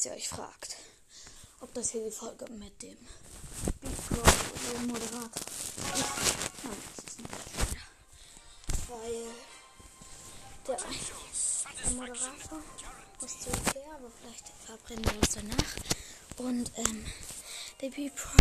falls ihr euch fragt, ob das hier die Folge mit dem Beatbro, dem Moderator ist. Nein, das ist nicht wieder. Weil der Moderator ist zu erklären, aber vielleicht verabreden wir uns danach. Und der Beatbro,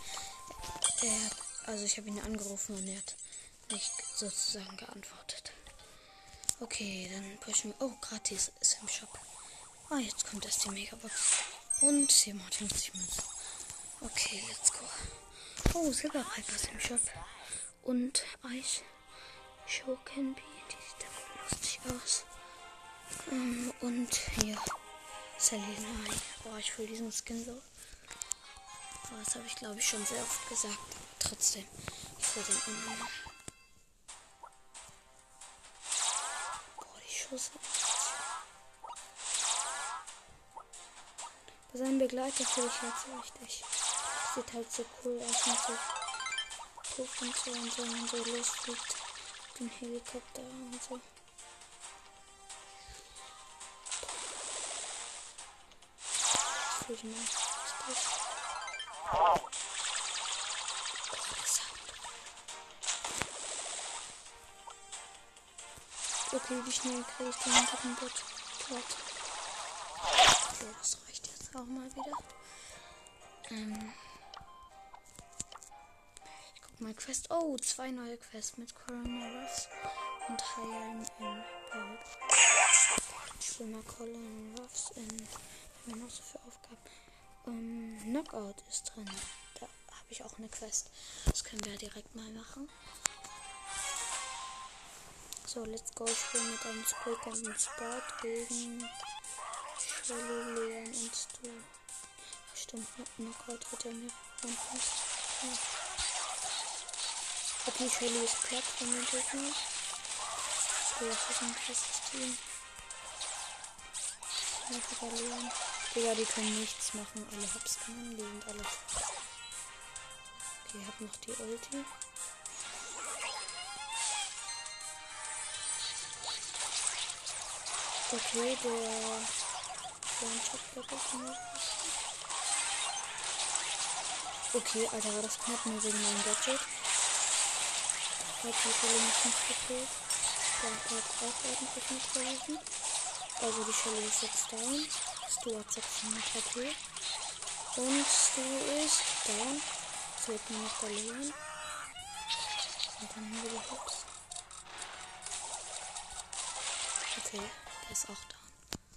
also ich habe ihn angerufen und er hat nicht sozusagen geantwortet. Okay, dann pushen wir. Oh, gratis ist im Shop. Ah, jetzt kommt erst die Megabox. Und 750 Münzen. Okay, let's go. Oh, Silberpiper ist im Shop. Und Ice Shokenbi, die sieht da lustig aus. Und hier Selena. Oh, ich fühle diesen Skin so. Aber das habe ich glaube ich schon sehr oft gesagt. Trotzdem, ich fühle den unheimlich. Boah, die Schüsse. Bei seinem Begleiter fühle ich halt so richtig. Sieht halt so cool aus und so hoch und so und so und so losfliegt. Den Helikopter und so. Das fühle ich mal richtig. Okay, wie schnell kriege ich den dritten Bot? Okay, das reicht jetzt auch mal wieder. Ich guck mal Quest. Oh, 2 neue Quests mit Coronavirus und Heilen in Brawl. Schlimmer Colin Ruffs in. Wir haben noch so viele Aufgaben. Knockout ist drin. Da habe ich auch eine Quest. Das können wir direkt mal machen. So, let's go. Spielen mit einem Squeak und einem Sport gegen Shelly, Leon und Stu. Stimmt, Knockout hat ja mehrere Runden. Ja. Okay, Shelly ist platt von den Gegnern. Okay, das ist ein krasses Team. Ja, Leon. Digga, die können nichts machen. Alle Hops genommen, die sind alle. Okay, hab noch die Ulti. Okay, der One-Shot getroffen. Okay, Alter, war das knapp nur wegen meinem Gadget. Hat die Schelle nicht gefehlt. Der hat auch ordentlich mitgeholfen. Also die Schelle ist jetzt down. Stu hat 600 HP. Und Stu ist down. Jetzt lebt nur noch der Leon. Und dann haben wir die Hops. Okay, der ist auch down.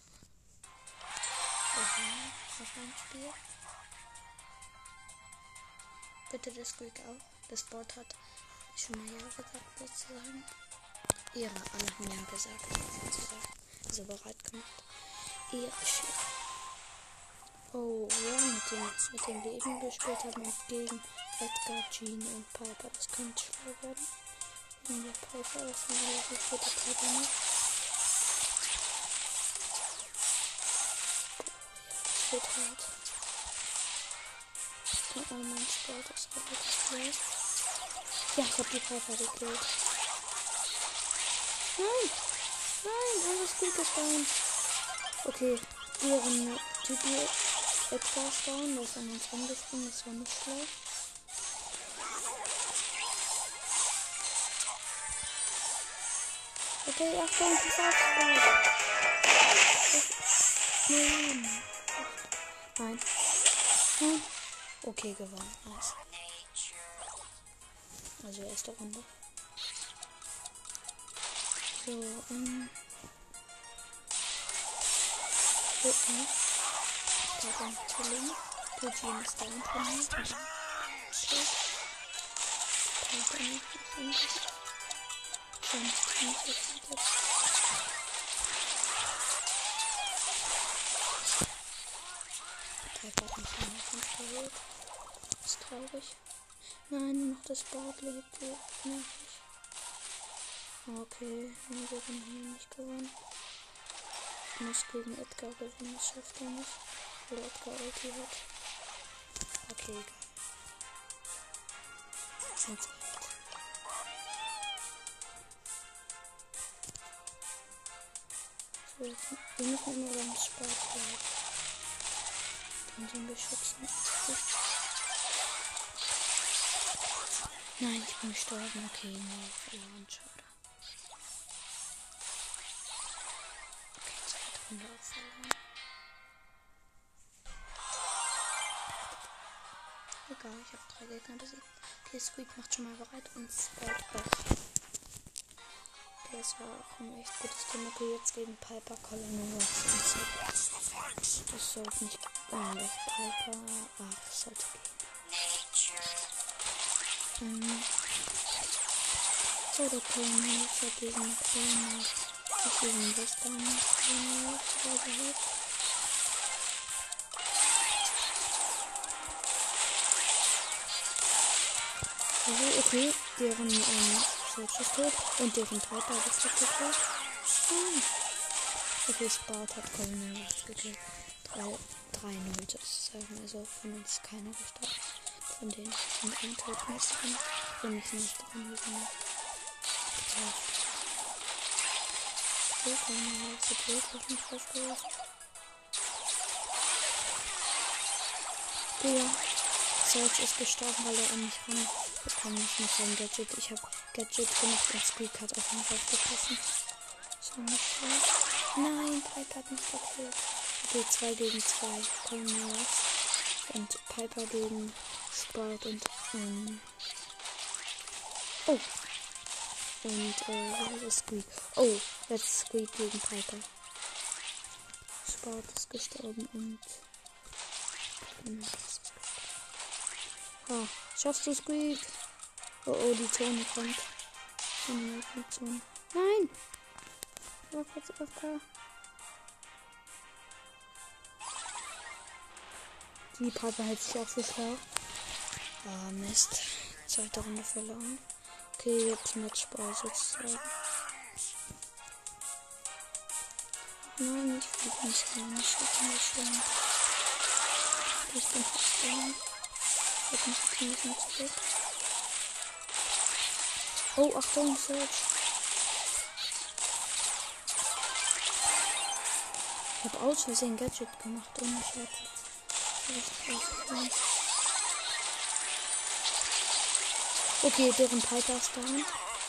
Okay, noch ein Spiel. Bitte das Squeak auch. Das Board hat schon mal ja gesagt, sozusagen. Ehre, alle haben ja gesagt, sozusagen. Also bereit gemacht. Ehre, Schirr. Oh, ja, mit dem wir eben gespielt haben und gegen Edgar, Jean und Piper. Das könnte schwer werden. Wenn wir Piper aus dem Level für die Piper nicht. Das wird hart. Oh, mein Sport ist relativ schwer. Ja, ich hab die Piper gekillt. Nein! Nein, alles gut ist down. Okay, deren Typi Edgar ist down. Der ist an uns angesprungen, das war nicht schlau. Okay, Achtung, pass auf. Nein. Nein. Nein. Okay, gewonnen. Nice. Also erste Runde. So, da kommt Zwilling. Pidgin ist down von mir. Okay. Das ist traurig. Nein, noch das Bad lebt. Nervig. Okay, wir werden hier nicht gewonnen. Ich muss gegen Edgar gewinnen, das schafft er nicht. Weil Edgar Ulti hat. Okay, egal. Sind so, wir müssen immer ganz Spaß bleiben. von so einem beschützen. Nein, ich bin gestorben. Okay, nee, verloren, schade. Okay, zweite Runde auch verloren. Egal, ich habe 3 Gegner besiegt. Okay, Squeak macht schon mal bereit und Sprout auch. Okay, das war auch ein echt gutes Team. Okay, jetzt gegen Piper, Colin und Roxy. Das sollte nicht auf Piper. Ach, das sollte gehen. So, der Colin hat gegen Colin. Gegen Western. Okay, deren Search ist tot und deren Piper ist tot. Okay, Sprout hat Colonel gekillt. 3-0 sozusagen, also von uns keiner gestorben. Von denen sind ein Todmesser, wenn ich nicht dran bin. So, Colonel hat gekillt, hab mich draufgelassen. Der Search ist gestorben, weil er an mich rangekommen ist mit seinem Gadget. Ich habe Gadget gemacht und Squeak hat auf mich aufgeschossen. So nicht schlecht. Nein, Piper hat mich gekillt. Okay, 2 gegen 2. Colonel und Piper gegen Sprout und oh. Und wo ist Squeak? Oh, jetzt Squeak gegen Piper. Sprout ist gestorben und oh, schaffst du Squeak? Oh, oh, die Zone kommt. Nein! Ich war kurz AFK. Die Piper hält sich auch für schlau. Ah, Mist. Zweite Runde verloren. Okay, jetzt Matchball sozusagen. Nein, ich will nicht rein. Ich bin schon. Ich bin fast dran. Ich muss jetzt ein bisschen zurück. Oh, Achtung, Search. Ich habe aus Versehen Gadget gemacht und ich habe okay, deren Piper ist down.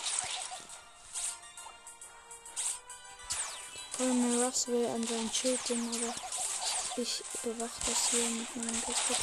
Colonel Ruffs will an sein Schild gehen, aber ich bewache das hier mit meinem Gadget.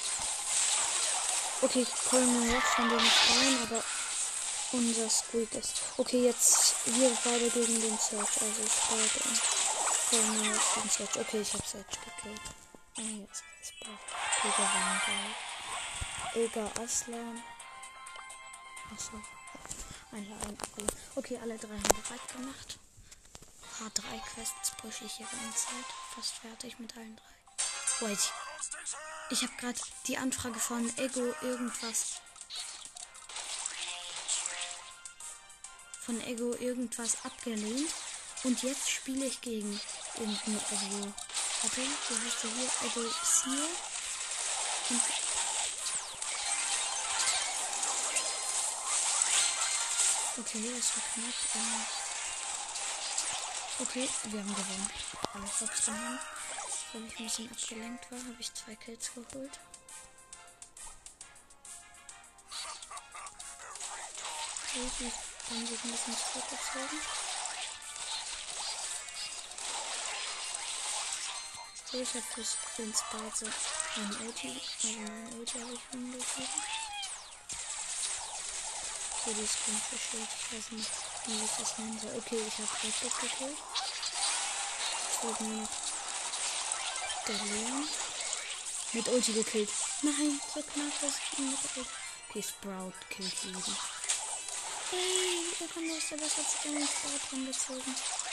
Okay, Colonel Ruffs von dem ist down, aber unser Squeak ist. Okay, jetzt wir beide gegen den Search, also Sprout und Colonel Ruffs gegen Search. Okay, ich habe Search gekillt. Ah, jetzt ist Sprout. Okay, der war geil. Ilga Aslan. Achso. Ein Laden abgeholt. Okay, alle 3 haben bereit gemacht. H3 Quests pushe ich hier in Zeit. Fast fertig mit allen 3. Wait. Ich habe gerade die Anfrage von Ego irgendwas abgelehnt. Und jetzt spiele ich gegen irgendeine Ego. Warte, wie heißt der hier? Ego Seal. Und okay, das war knapp. Okay, wir haben gewonnen. Alle Fox gewonnen. Weil ich ein bisschen abgelenkt war, habe ich 2 Kills geholt. Okay, dann wird ein bisschen zurückgezogen. So, ich habe für den Sprout so ein Ulti, also mein Ulti habe ich hingegeben. So, die ist Schild. Ich weiß nicht, wie ich das nennen soll. Okay, ich habe Redbot gekillt. Jetzt wird nur noch der Leon mit Ulti gekillt. Nein, so knapp, dass ich ihn mit der Ulti. Okay, Sprout killt jeden. Ey, der Kondoster, das hat sich an den Sprout rangezogen.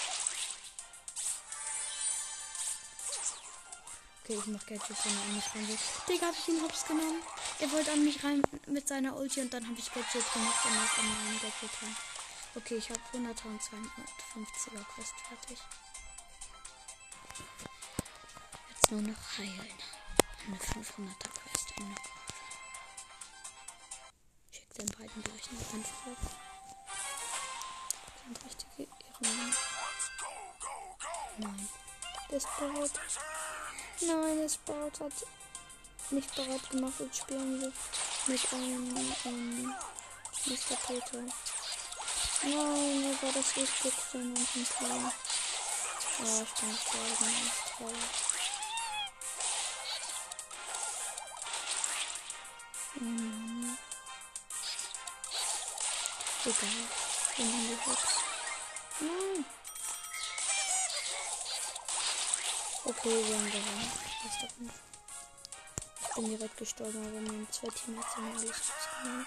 Okay, ich mach Gadget, wenn er an mich rein will. Digga, hab ich ihn hops genommen. Er wollte an mich rein mit seiner Ulti und dann habe ich Gadget gemacht und er ist an meinem Gadget rein. Okay, ich habe 100er und 250er Quest fertig. Jetzt nur noch heilen. Eine 500er Quest. Ich schick den beiden gleich eine Anfrage. Sind richtige Ehrenmänner. Nein. Der Sprout. Nein, der Sprout hat nicht bereit gemacht. Jetzt spielen wir mit einem Mr. Peter. Nein, das war das Wichtigste in unserem Plan. Oh, ich bin gestorben. Toll. Egal. Wir nehmen die Hops. Nein. Okay, wir haben gewonnen. Ich bin direkt gestorben, aber meine 2 Teammates haben alles rausgenommen.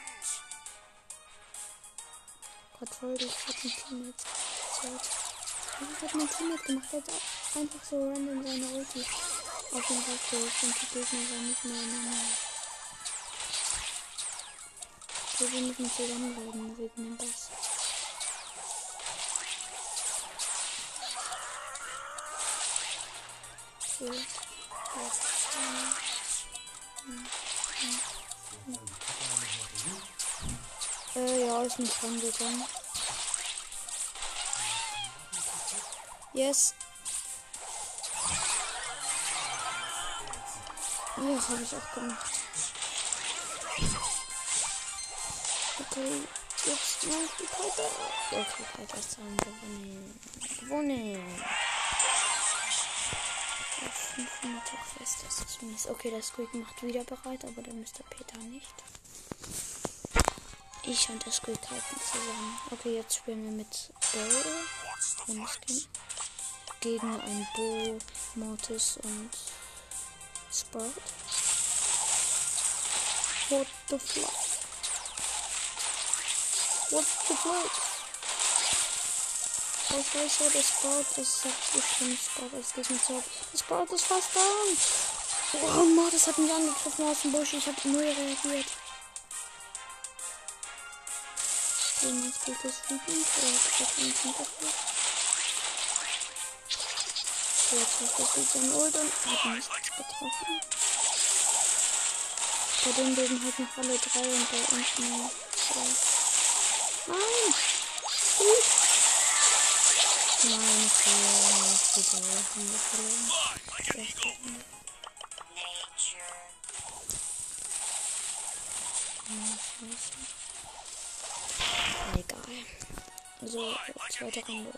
Gott, voll die fetten Teammates. Was hat mein Teammate gemacht? Er hat einfach so random seine Ulti auf ihn rausgeholt und die Gegner waren nicht mehr in der Nähe. Okay, wir müssen zusammenbleiben wegen dem Boss. Okay. Ja, ist nicht rangegangen. Yes. Ja, habe ich auch gemacht. Okay, jetzt noch die Piper. Okay, Piper ist dran. Gewonnen. Auf 500 fest, das ist mies. Okay, der Squeak macht wieder bereit, aber der Mr. Peter nicht. Ich und der Squeak halten zusammen. Okay, jetzt spielen wir mit Bill und Skin gegen ein Bo, Mortis und Sprout. What the fuck? What the fuck? Ich weiß ja, der Sprout ist so schlimm. Sprout als Gegner zu haben. Der Sprout ist fast down. Oh, Mortis hat mich angegriffen aus dem Busch. Ich habe null reagiert. Jemand spielt das wütend. Jetzt hat er seinen Ult und hat nichts getroffen. Bei dem leben halt noch alle 3 und bei uns nur 2. Nein! Nein, okay, haben wir verloren. Egal. So, zweite Runde.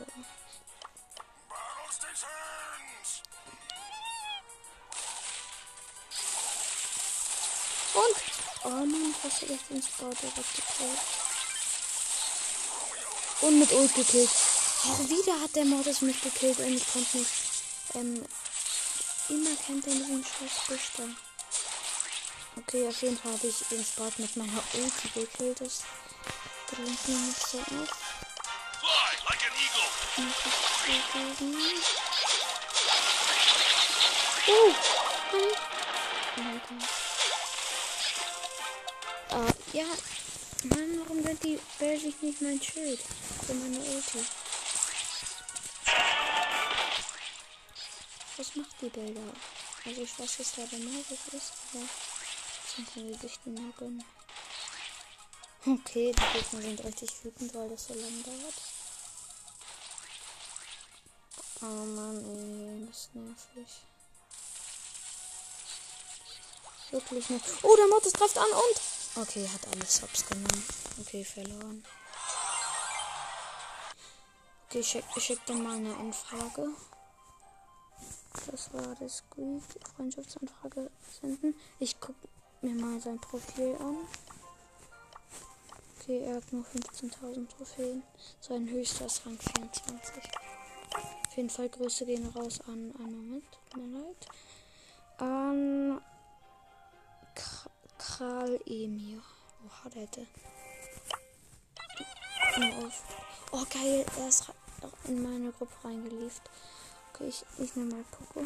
Und? Oh Mann, ich hasse echt den Sprout direkt gekillt. Und mit Ult gekillt. Auch wieder hat der Mortis mich gekillt und ich konnte nicht. Immer kennt er diesen scheiß Busch da. Okay, auf jeden Fall habe ich den Sprout mit meiner Ulti gekillt. Das bringt mir nicht so auf. Oh! Ja. Mann, warum sind die Bell sich nicht mein Schild für meine Ulti? Was macht die Bell da? Also ich weiß jetzt leider nicht, was ist, aber dann kann die sich nicht mehr gönnen. Okay, die Gegner sind richtig wütend, weil das so lange dauert. Oh Mann, ey, das ist nervig. Wirklich nicht. Oh, der Mortis greift an und... Okay, hat alle Subs genommen. Okay, verloren. Okay, ich schick dir mal eine Anfrage. Das war das Squeak. Freundschaftsanfrage senden. Ich guck mir mal sein Profil an. Okay, er hat nur 15.000 Trophäen. Sein höchster ist Rang 24. Auf jeden Fall Grüße gehen raus an... Einen Moment, tut mir leid. An... Kral Emir. Oha, der hätte. Oh, geil. Er ist in meine Gruppe reingelieft. Okay, ich nehme mal Poco.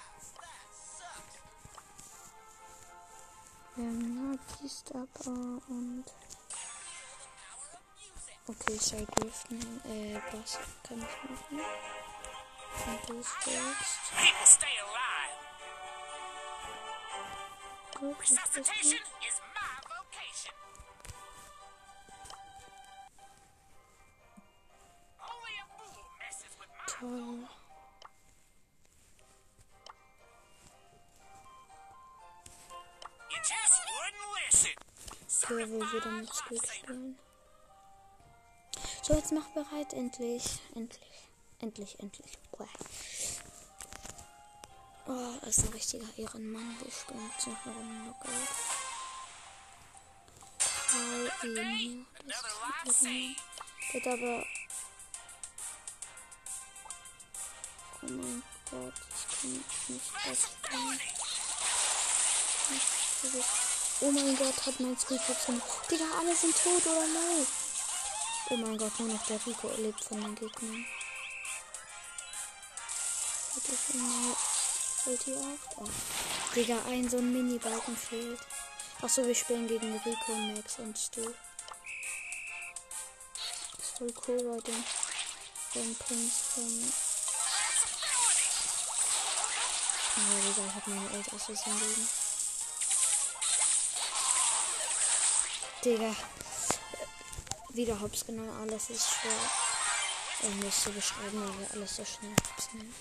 Star und. Okay, sei Griffin. Was kann ich machen? Und du stirbst. Gut, Resuscitation is my vocation. Only a fool messes with my toll. Okay, er will wieder mit Squeak spielen. So, jetzt mach bereit. Endlich. Boah. Oh, das ist ein richtiger Ehrenmann. Wir spielen jetzt noch eine Runde Knockout. Emil. Das ist ein Ehrenmann. Wird aber... Oh mein Gott, ich kann nicht aufstehen. Oh mein Gott, hat mein Squeak gezogen. Digga, alle sind tot oder nein? Oh mein Gott, nur noch der Rico lebt von den Gegnern. Hat er schon mal Ulti auf? Oh. Digga, so ein Mini-Balken fehlt. Achso, wir spielen gegen Rico, Max und Stu. Ist voll cool bei den Prinz von... Oh, Digga, ich hab meine Ult aus Versehen liegen. Digga. Wieder hops genommen, alles ist schwer. Nicht zu beschreiben, weil wir alles so schnell hops nehmen.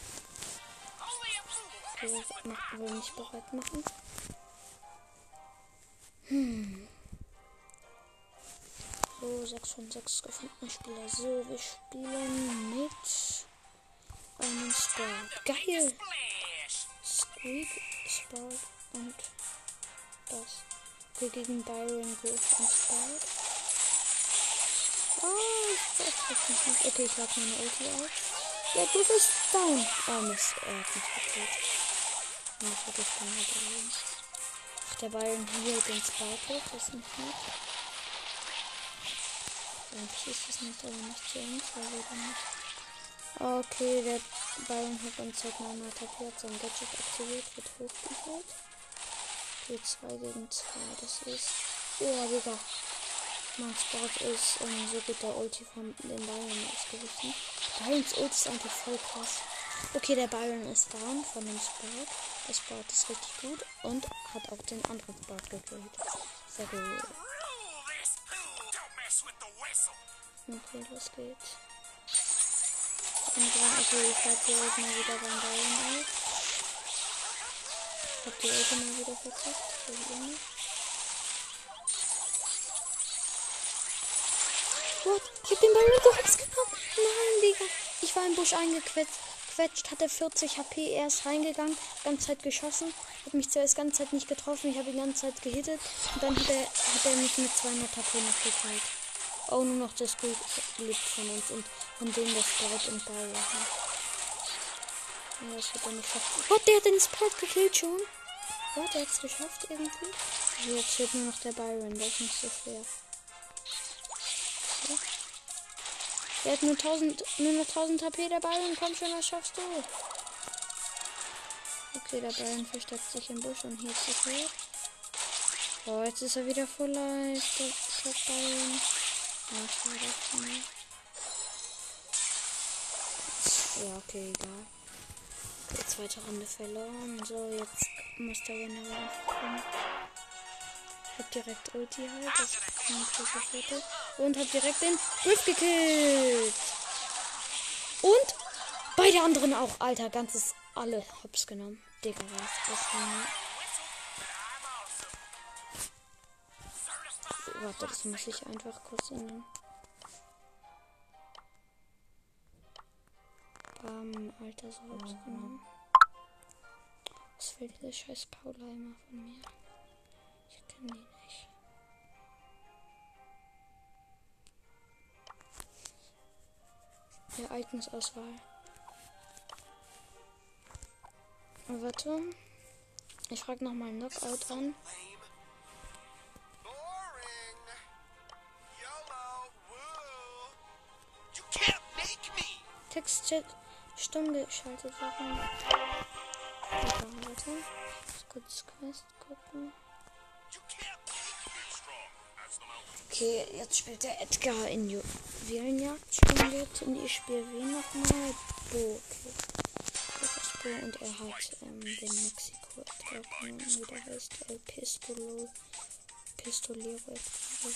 Okay, will mich bereit machen. So, 6 von 6 gefundene Spieler. So, wir spielen mit einem Sprout. Geil! Squeak, Sprout und das. Okay, gegen Byron, Griff und Sprout. Oh, ich weiß nicht. Okay, ich lade meine Ulti auf. Der Griff ist down. Oh, Mist. Er hat mich getötet. Ich hätte es dann nicht erleben. Ach, der Byron hier den Sprout. Das ist nicht nett. Eigentlich ist das nicht, aber nicht zu uns, weil wir dann nicht. Okay, der Byron hat uns seit meiner Attacke sein Gadget aktiviert, wird hochgeholt. Okay, 2 gegen 2, das ist. Oh, Digga. Mein Sprout ist so gut der Ulti von den Byron ausgewichen. Byrons Ulti ist eigentlich voll krass. Okay, der Byron ist down von dem Sprout. Der Sprout ist richtig gut und hat auch den anderen Sprout gekillt. Sehr gut. Okay, los geht's. Und dann, okay, ich hab die Ult mal wieder beim Byron auf. Ich hab die Ult mal wieder verkackt. What? Ich hab den Byron so hops genommen. Nein, Digga. Ich war im Busch eingequetscht, hatte 40 HP, er ist reingegangen, ganze Zeit geschossen, hat mich zuerst ganze Zeit nicht getroffen, ich habe ihn ganze Zeit gehittet und dann hat er mich mit 200 HP noch gekillt. Oh, nur noch das Bild lebt von uns und von dem das Sprout und Byron. Ja, das wird er nicht schaffen. What, der hat den Sprout gekillt schon? Ja, der hat es geschafft irgendwie. Also jetzt fehlt nur noch der Byron, der ist nicht so schwer. Ja. Der hat nur noch 1000 HP, der Byron. Komm schon, was schaffst du? Okay, der Byron versteckt sich im Busch und hier ist es hoch. Oh, jetzt ist er wieder voll leicht, der Byron. Ja, schade. Ja, okay, egal. Okay, zweite Runde verloren. So, jetzt muss der Winner aufkommen. Ich hab direkt Ulti halt, das ist und hab direkt den Griff gekillt. Und beide anderen auch, Alter, alle hops genommen. Digga, was ist das? Warte, das muss ich einfach kurz ändern. Alter, so hops genommen. Was will dieser scheiß Paula immer von mir? Ich kenne die nicht. Ereignisauswahl. Warte. Ich frage nochmal Knockout an. Textchat stumm geschaltet. Warum? Warte. Kurz Quest gucken. Okay, jetzt spielt der Edgar in Juwelenjagd. Ich spiele wen nochmal? Bo. Okay. Und er hat den Mexiko Edgar, wie der heißt. Pistolero Edgar.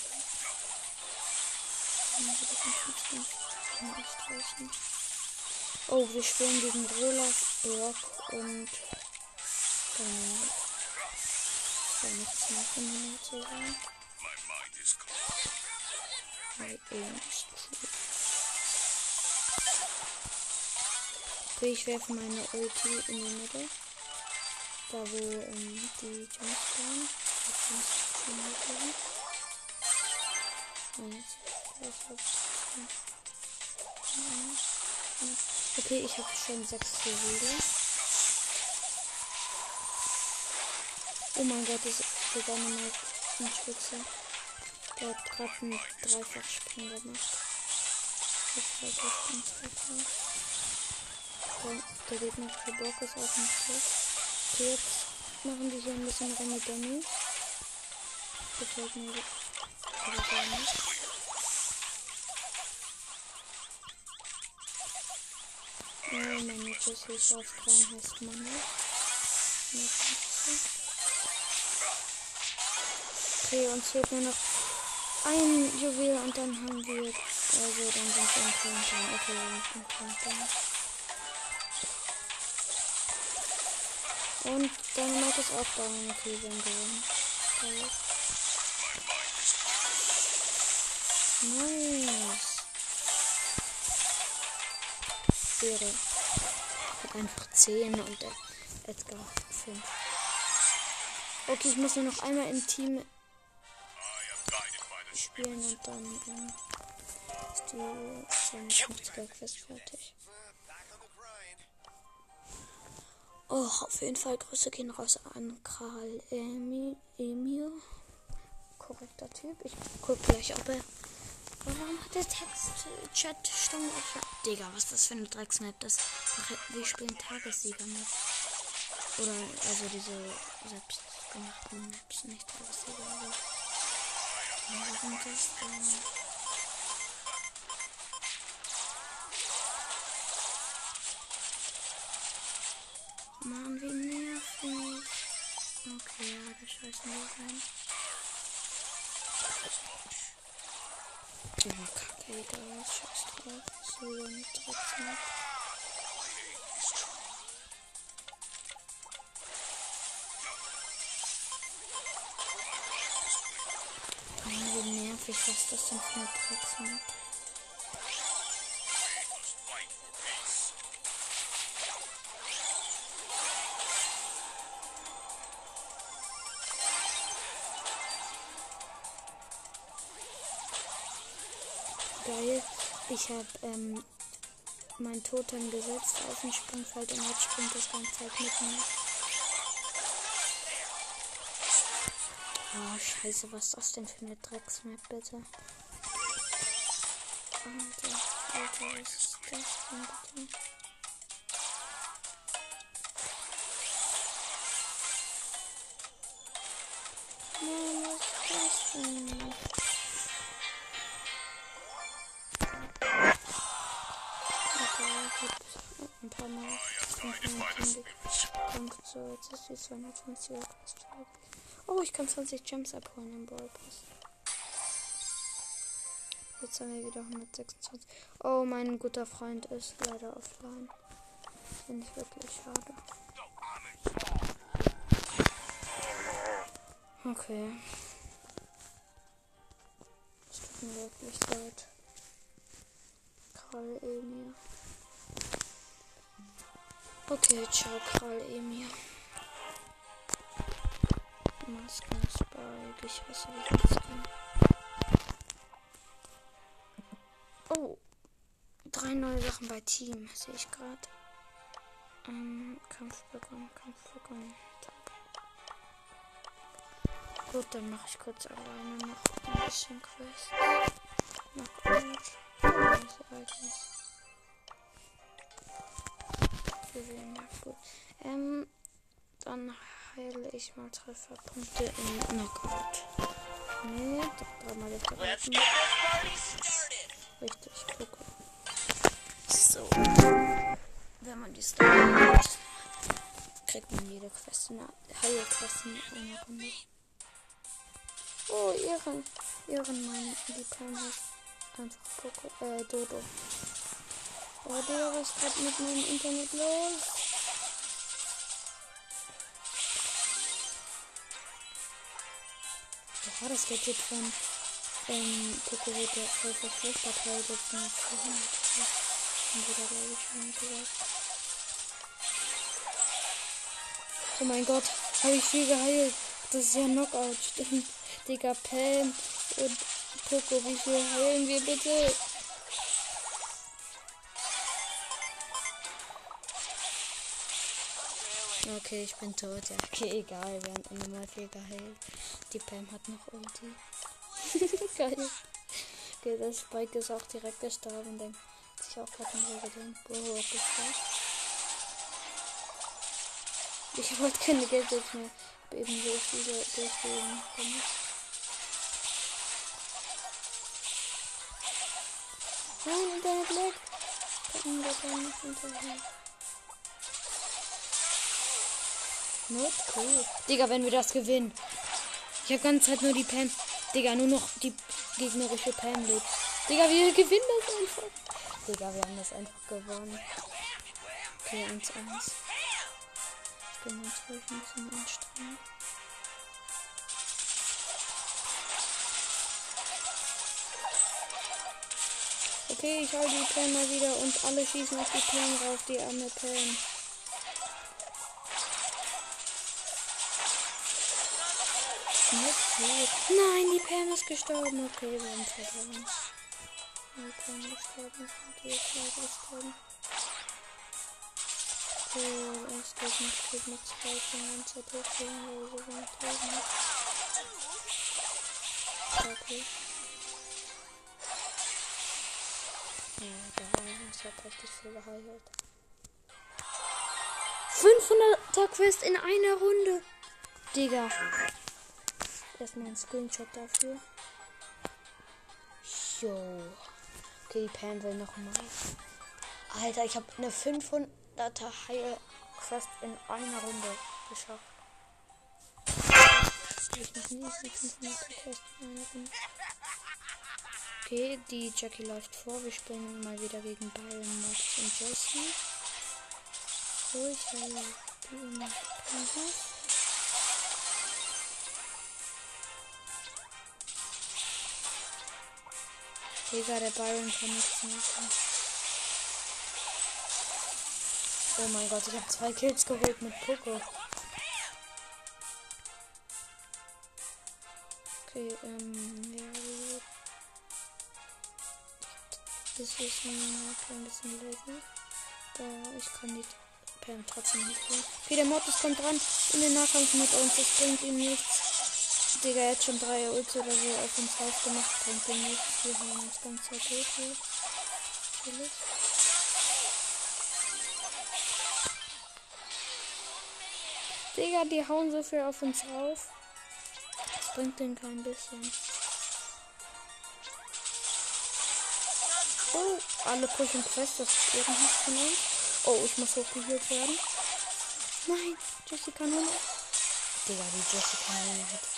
Oh, wir spielen gegen Olaf, Brock und kann nichts machen, zu sagen. Okay, ich werfe meine Ulti in die Mitte. Da wo die Jumps waren. Okay, ich habe schon 6 Juwelen. Oh mein Gott, das ist sogar nochmal ein Spitze. Der hat gerade einen Dreifachsprung gemacht. Der gegnerische Block ist auf dem Block. Okay, jetzt machen die hier ein bisschen Remi-Demi. Gefällt mir aber gar nicht. Oh, meine Schüsse ist auf 3 heißt Mann. Okay, uns fehlt nur noch ein Juwel und dann haben wir. Also, dann sind wir im Countdown. Okay, wir sind im Countdown. Und Dynamite ist auch da. Okay, wir haben gewonnen. Nice. Ehre. Hat einfach 10 und der Edgar 5. Okay, ich muss nur noch einmal im Team spielen und dann ist die 50er Quest fertig. Oh, auf jeden Fall Grüße gehen raus an Karl Emil. Korrekter Typ. Ich guck gleich, ob er. Warum hat der Text-Chat Stumm? Digga, was ist das für eine Drecksmap? Wir spielen Tagessieger-Map. Oder, also diese selbstgemachten Maps, nicht Tagessieger. Aber warum das denn? Mann, wie nervig. Okay, ja, da scheißen wir rein. Oh, kacke, egal, scheiß drauf. So, eine Drecksmap. Mann, wie nervig, was ist das denn für eine Drecksmap? Geil. Ich habe mein Totem gesetzt auf den Sprungfeld und jetzt springt das ganze Zeit mit mir. Oh, scheiße, was ist das denn für eine Drecksmap, bitte? Alter, was ist das denn, bitte? Mann, was ist das denn? Ein paar Mal kommt so, jetzt ist die 250er Quest. Oh, ich kann 20 Gems abholen im Brawl Pass. Jetzt haben wir wieder 126. Oh, mein guter Freund ist leider offline. Finde ich wirklich schade. Okay. Es tut mir wirklich leid. Karl Emil. Okay, ciao Karl Emil. Masken Spike, ich hasse die Masken. Oh, 3 neue Sachen bei Team, sehe ich gerade. Kampf bekommen. Gut, dann mache ich kurz alleine noch ein bisschen Quest. Ja, gut. Dann heile ich mal Trefferpunkte in Knockout. Mit 3-mal Literaten. Richtig, gucke. So. Wenn man die Story hat, kriegt man jede Quest in Heilquest in einer Runde. Oh, mein Liebling heißt einfach Dodo. Oh, Digga, was ist gerade mit meinem Internet los? war das Gadget von Poco wird der voll verschlechtert halt jetzt noch 400. Und wieder glaube ich schon gesagt. Oh mein Gott, habe ich viel geheilt. Das ist ja Knockout, stimmt. Digga, Pam und Poco, wie viel heilen wir bitte? Okay, ich bin tot. Ja, okay, egal. Wir haben immer mal viel geheilt. Die Pam hat noch Ulti. Geil. Okay, der Spike ist auch direkt gestorben. Denkt sich auch gerade mal gedacht. Oh, what the fuck? Ich wollte keine Gadgets mehr. Ich habe eben so viele durchgehen. Nein, Internet lag. Kann wir gar nicht hinterher. Not cool. Digga, wenn wir das gewinnen. Ich habe ganze Zeit nur die Pam. Digga, nur noch die gegnerische Pam lebt. Digga, wir gewinnen das einfach. Digga, wir haben das einfach gewonnen. Okay, 1-1. Ich bin jetzt gleich ein bisschen anstrengend. Okay, ich halte die Pam mal wieder und alle schießen auf die Pam rauf, die arme Pam. Nein, die Pam ist gestorben. Okay, wir haben verloren. Die Pam gestorben ist und die ist leider gestorben. Okay, es geht mit 2 von 1 durchgehen, weil so wenig Leben hat. Okay. Ja, der Heilungs hat richtig viel geheilt. 500er Quest in einer Runde. Digga. Erstmal ein Screenshot dafür. Jo. Okay, die Pam will noch mal. Alter, ich habe eine 500er Heil-Quest in einer Runde geschafft. Ich noch nie eine 500er Quest in einer Runde. Okay, die Jackie läuft vor. Wir spielen mal wieder gegen Byron, Max und Jessie. So, ich habe die immer. Digga, der Byron kann nichts machen. Oh mein Gott, ich habe 2 Kills geholt mit Poco. Okay, ja. Das ist ein bisschen lazy. Ich kann die Pam trotzdem nicht holen. Okay, der Mortis kommt dran in den Nahkampf mit uns. Das bringt ihm nichts. Digga, er hat schon 3 Ults oder so auf uns drauf gemacht. Bringt ihm nichts. Wir haben uns ganz Zeit durch hier. Natürlich. Digga, die hauen so viel auf uns rauf. Das bringt den kein bisschen. Oh, alle pushen Quest, das ist irgendwas von uns. Oh, ich muss hochgeheilt werden. Nein, Jessica nur noch. Digga, die Jessica nur noch hat.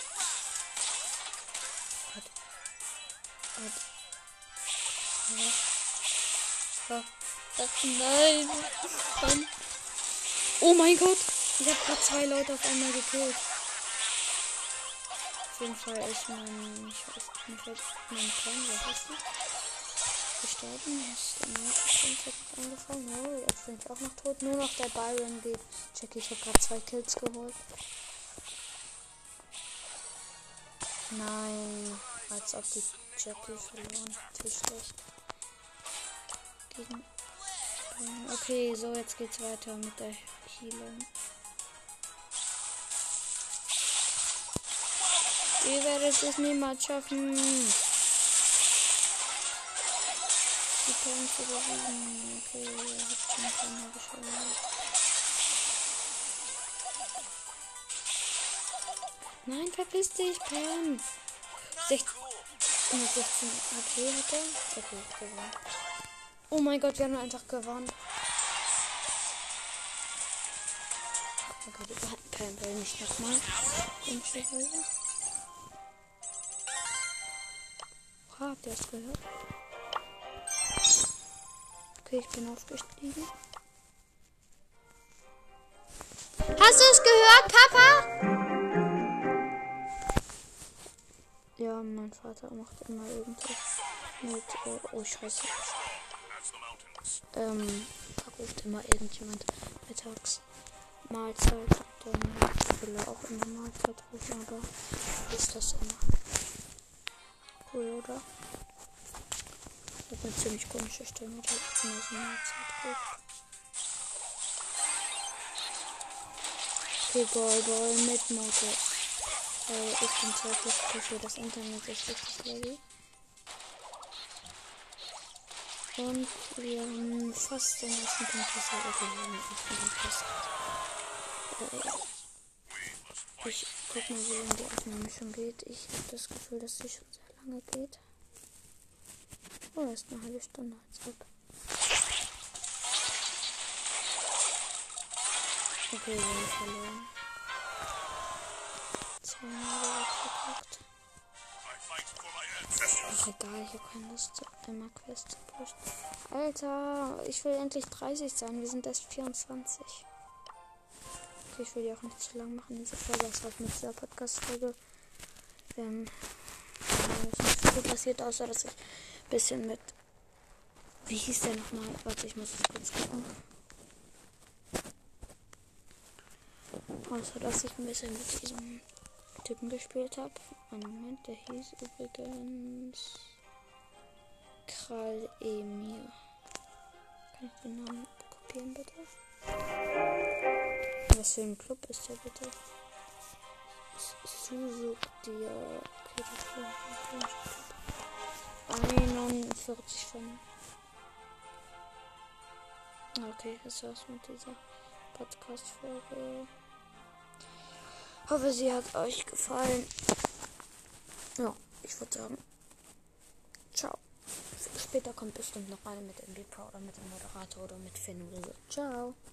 Nein. Oh mein Gott. Ich habe gerade 2 Leute auf einmal gekillt. Auf jeden Fall ist mein Plan, was ist das? Gestorben. Ist der Mortis angefallen. Oh, jetzt sind wir auch noch tot. Nur noch der Byron geht. Check, ich habe gerade 2 Kills geholt. Nein. Als ob die Jackie verloren. Zu schlecht. Gegen. Okay, so jetzt geht's weiter mit der Heilung. Ihr werdet es niemals schaffen. Die Pam zu bewegen. Okay, ihr habt schon ein paar Mal geschaut. Nein, verpiss dich, Pam. 16 HP hat er. Okay, gewonnen. Oh mein Gott, wir haben einfach gewonnen. Okay, die Pam will nicht nochmal. Habt ihr es gehört? Okay, ich bin aufgestiegen. Hast du es gehört, Papa? Ja, mein Vater macht immer irgendwas mit, oh scheiße. Da ruft immer irgendjemand mittags Mahlzeit. Dann will er auch immer Mahlzeit rufen, aber ist das immer cool, oder? Das ist eine ziemlich komische Stimme, die immer so Mahlzeit ruft. Okay, Ball mit Motor. Ich bin zweiflich dafür, das Internet ist richtig laggy. Und wir haben fast den ersten Kompressor. Okay, wir haben den ersten Kompressor. Ich guck mal, wie lange die Aufnahme schon geht. Ich habe das Gefühl, dass sie schon sehr lange geht. Oh, das ist eine halbe Stunde. Als ob. Okay, wir haben verloren. Zweimal verkackt. Ach egal, ich habe keine Lust, einmal Quest zu pushen. Alter, ich will endlich 30 sein. Wir sind erst 24. Okay, ich will die auch nicht zu lang machen, diese Folge. Das war's mit dieser Podcast-Folge. Ist nicht so viel passiert, außer dass ich ein bisschen mit... Wie hieß der nochmal? Warte, ich muss es kurz gucken. Außer dass ich ein bisschen mit diesem Typen gespielt habe. Einen Moment, der hieß übrigens Kral Emir. Kann ich den Namen kopieren, bitte? Was für ein Club ist der bitte? Suzuki. Okay, das ist 41 von. Okay, das war's mit dieser Podcast-Folge. Hoffe, sie hat euch gefallen. Ja, ich würde sagen, ciao. Später kommt bestimmt noch eine mit MB Pro oder mit dem Moderator oder mit Finn oder so. Ciao.